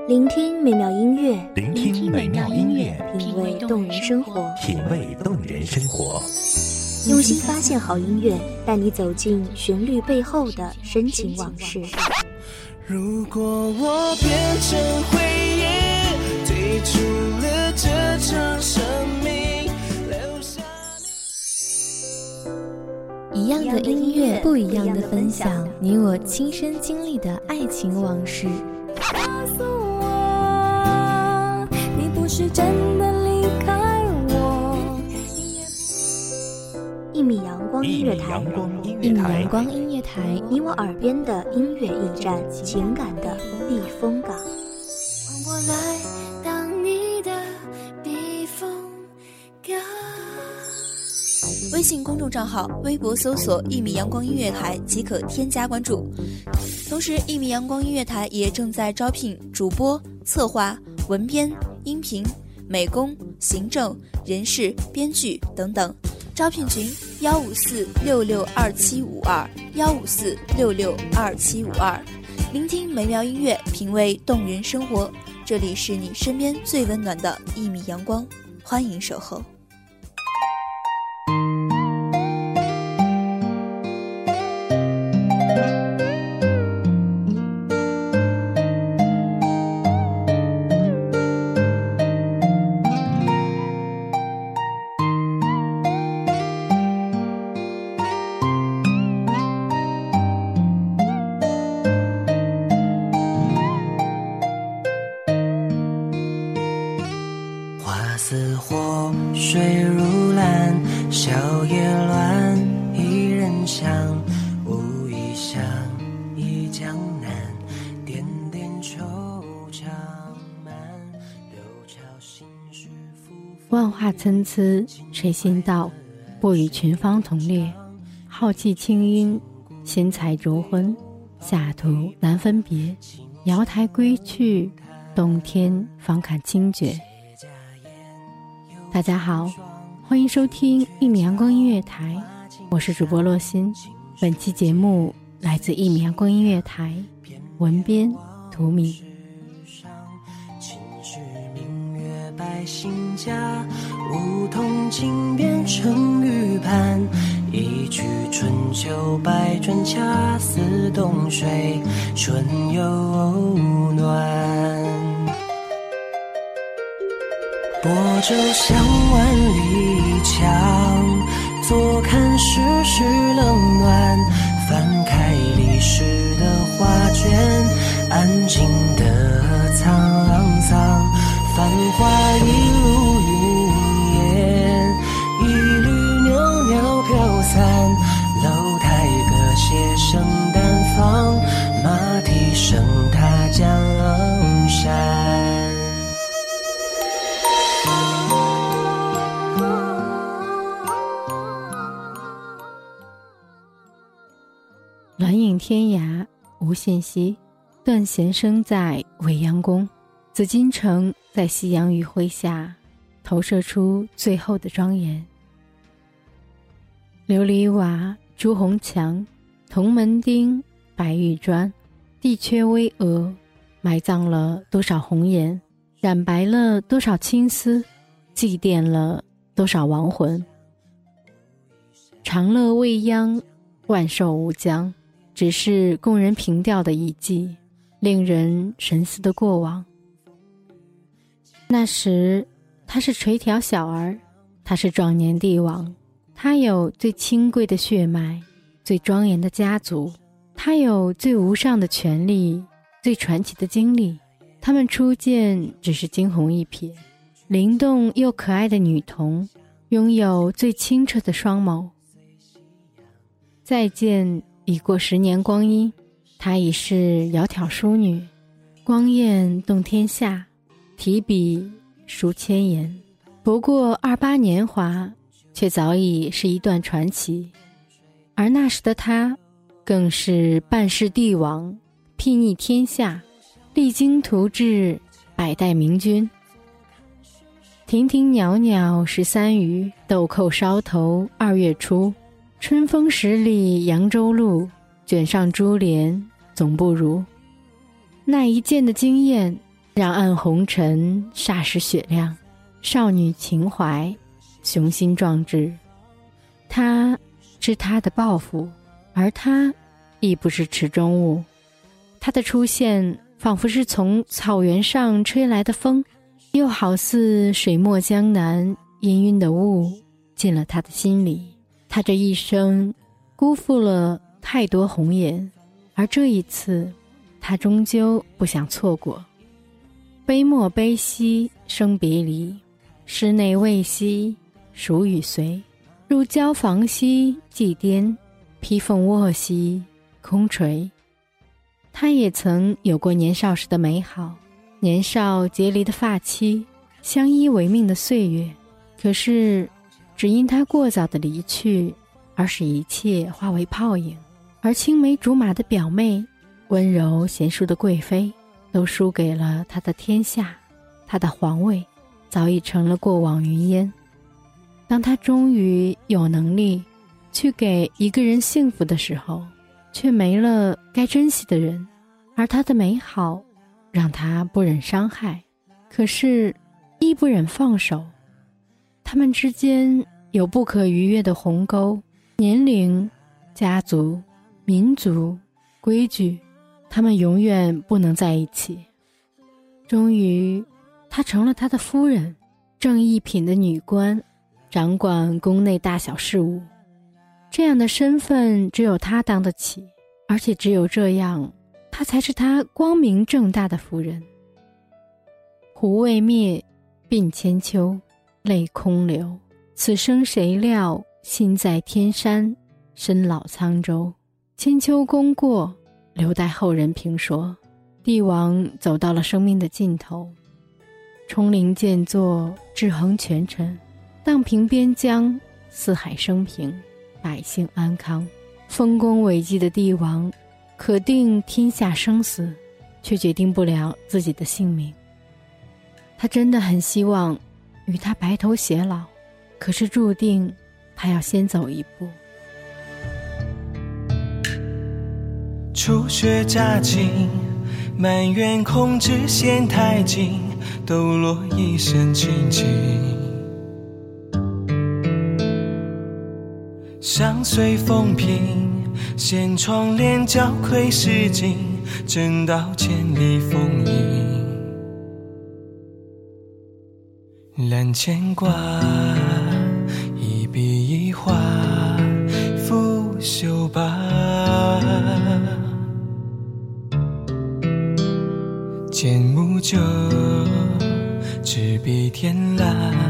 聆听美妙音乐， 品味动人生活， 用心发现好音乐，带你走进旋律背后的深情往事。 如果我变成回忆，退出了这场生命，留下一样的音乐，不一样的分享，你我亲身经历的爱情往事。 告诉我，你不是真的离开我。 一米阳光音乐台，你我耳边的音乐驿站，情感的避风港。 我来当你的避风港。 微信公众账号、微博搜索“一米阳光音乐台”即可添加关注。同时，一米阳光音乐台也正在招聘主播、策划、文编、音频、美工、行政、人事、编剧等等。招聘群154662752，154662752。聆听美妙音乐，品味动人生活。这里是你身边最温暖的一米阳光，欢迎守候。 似火，水如蓝，笑靥乱，一人香，无意想，忆江南，点点惆怅满，流潮心事浮万化参差，谁先到？不与群芳同列，浩气清音，仙才着婚，下途难分别。瑶台归去，洞天方看清绝。大家好，欢迎收听一米阳光音乐台，我是主播洛心。本期节目来自一米阳光音乐台，文编图米。 秦时明月百姓家，梧桐径变成玉盘，一曲春秋百转，恰似冬水春又暖。泊舟向万里江，坐看世事冷暖，翻开历史的画卷，安静的沧桑，繁华一路云烟，一缕袅袅飘散，楼台歌榭声淡放，马蹄声踏江山。 鸾影天涯无限稀，断弦声在未央宫。紫禁城在夕阳余晖下投射出最后的庄严。琉璃瓦，朱红墙，铜门钉，白玉砖，地阙巍峨，埋葬了多少红颜，染白了多少青丝，祭奠了多少亡魂。长乐未央，万寿无疆，只是供人凭吊的遗迹，令人神思的过往。那时他是垂髫小儿，他是壮年帝王，他有最清贵的血脉，最庄严的家族，他有最无上的权力，最传奇的经历。他们初见只是惊鸿一瞥，灵动又可爱的女童，拥有最清澈的双眸。再见已过10年光阴，她已是窈窕淑女，光艳动天下，提笔书千言。不过28年华，却早已是一段传奇。而那时的她，更是半世帝王，睥睨天下，励精图治，百代明君。亭亭袅袅13余，豆蔻梢头2月初。春风十里扬州路，卷上珠帘总不如。那一剑的惊艳， 让暗红尘霎时雪亮，少女情怀，雄心壮志。他是他的抱负，而他亦不是池中物。他的出现仿佛是从草原上吹来的风，又好似水没江南氤氲的雾，进了他的心里。他这一生辜负了太多红颜，而这一次他终究不想错过。悲莫悲兮生别离，室内未息暑与随。入交房兮祭颠，披凤卧兮空垂。他也曾有过年少时的美好，年少结离的发妻，相依为命的岁月。可是只因他过早的离去，而使一切化为泡影。而青梅竹马的表妹，温柔贤淑的贵妃，都输给了他的天下，他的皇位早已成了过往云烟。当他终于有能力去给一个人幸福的时候，却没了该珍惜的人。而他的美好让他不忍伤害，可是亦不忍放手。他们之间有不可逾越的鸿沟，年龄、家族、民族、规矩，他们永远不能在一起。终于她成了他的夫人，正一品的女官，掌管宫内大小事务。这样的身份只有她当得起，而且只有这样，她才是他光明正大的夫人。壶未灭，鬓千秋，泪空流。此生谁料，心在天山，身老沧州。千秋功过，留待后人评说。帝王走到了生命的尽头，冲陵剑作，制衡权臣，荡平边疆，四海升平，百姓安康。丰功伟绩的帝王可定天下生死，却决定不了自己的性命。他真的很希望与他白头偕老，可是注定他要先走一步。 初雪乍晴，满园空枝嫌太近，抖落一身清静。上随风平，掀窗帘交窥诗经，正道千里风影。揽牵挂，一笔一画，拂袖罢。剑木酒，执笔天蜡，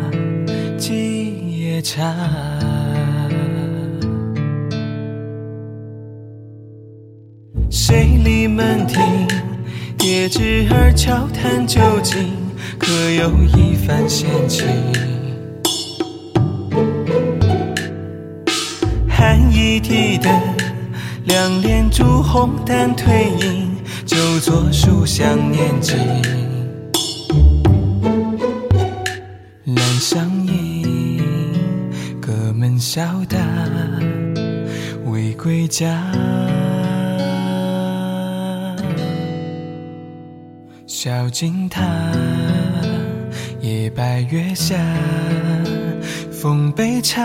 几夜茶。水里门庭，叠纸儿悄谈究竟，可有一番闲情。寒衣提灯，两帘烛红淡褪影，就作书香念经。揽上衣，各门小打，未归家。小径塔，夜白月下，奉杯茶。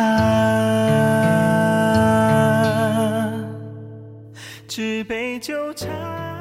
只杯酒茶，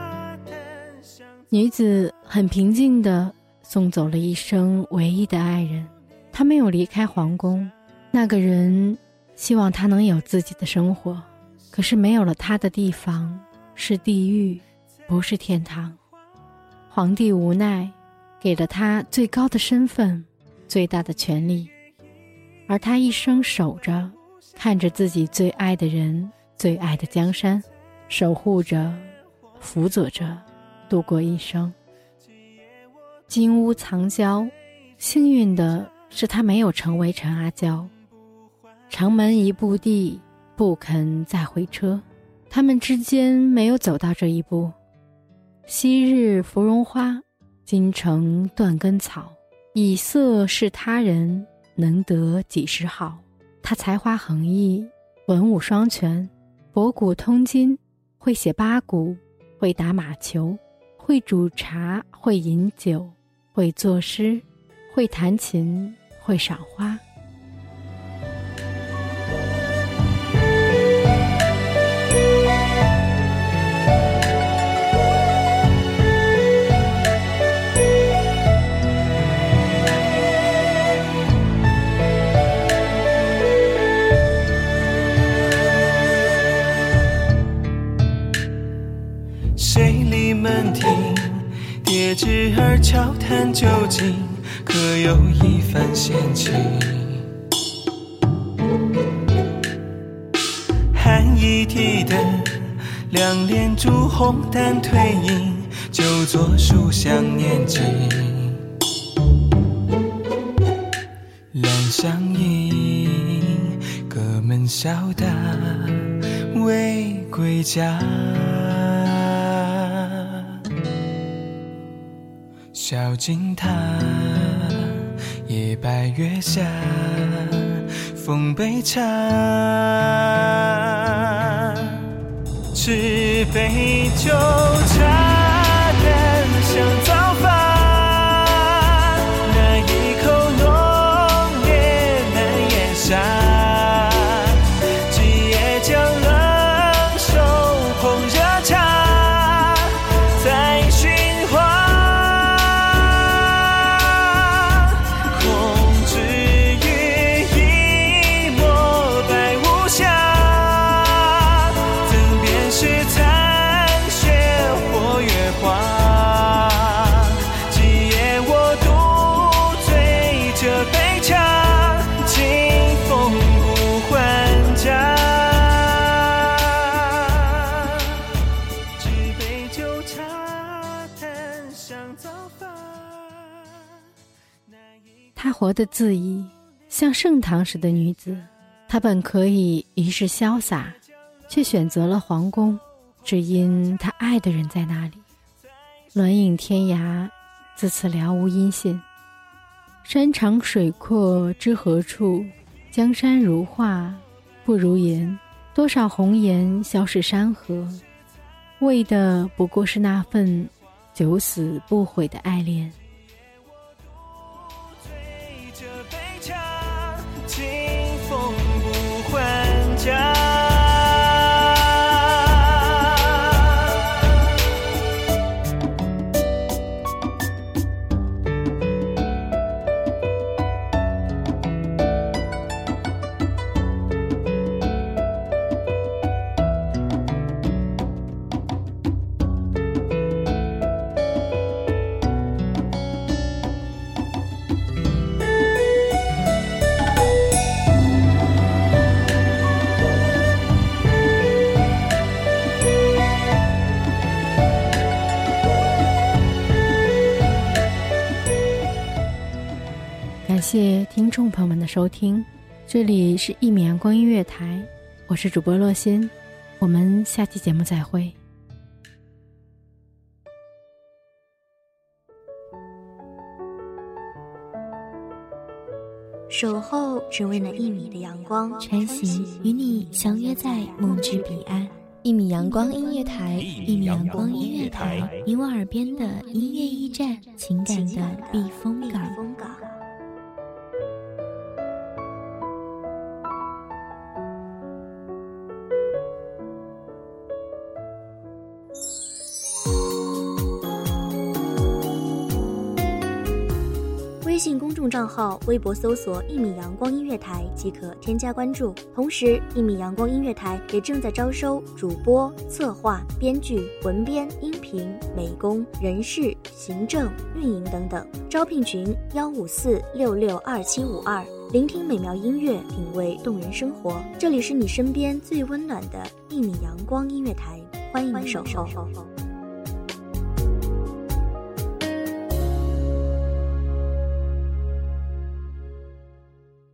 女子很平静地送走了一生唯一的爱人。她没有离开皇宫，那个人希望她能有自己的生活，可是没有了她的地方是地狱，不是天堂。皇帝无奈，给了他最高的身份，最大的权利，而他一生守着，看着自己最爱的人，最爱的江山，守护着，辅佐着，度过一生。金屋藏娇，幸运的是他没有成为陈阿娇。长门一步地，不肯再回车，他们之间没有走到这一步。昔日芙蓉花，今成断根草。以色侍他人，能得几时好。他才华横溢，文武双全，博古通今，会写八股，会打马球，会会煮茶，会饮酒，会作诗，会弹琴，会赏花。 水里门庭，叠纸儿悄谈究竟，可有一番闲情。寒衣提灯，两帘烛红淡褪影，就坐书香念经。兰香映，各门小打为归家。小径塔，夜白月下，奉杯茶，持杯酒茶淡香早发，那一口浓烈难咽下，几夜将冷手捧热茶，再寻花。 她活得恣意，像盛唐时的女子。她本可以一世潇洒，却选择了皇宫，只因她爱的人在那里。鸾影天涯，自此了无音信。山长水阔知何处？江山如画，不如言。多少红颜消逝山河，为的不过是那份九死不悔的爱恋。 清风不还家。 感谢听众朋友们的收听，这里是一米阳光音乐台，我是主播洛心，我们下期节目再会。 守候只为那1米的阳光， 晨曦与你相约在梦之彼岸。1米阳光音乐台，1米阳光音乐台，你我耳边的音乐驿站，情感的避风港。 微信公众账号、微博搜索“1米阳光音乐台”即可添加关注。同时，1米阳光音乐台也正在招收主播、策划、编剧、文编、音频、美工、人事、行政、运营等等。招聘群154662752。聆听美妙音乐，品味动人生活。这里是你身边最温暖的1米阳光音乐台，欢迎你守候。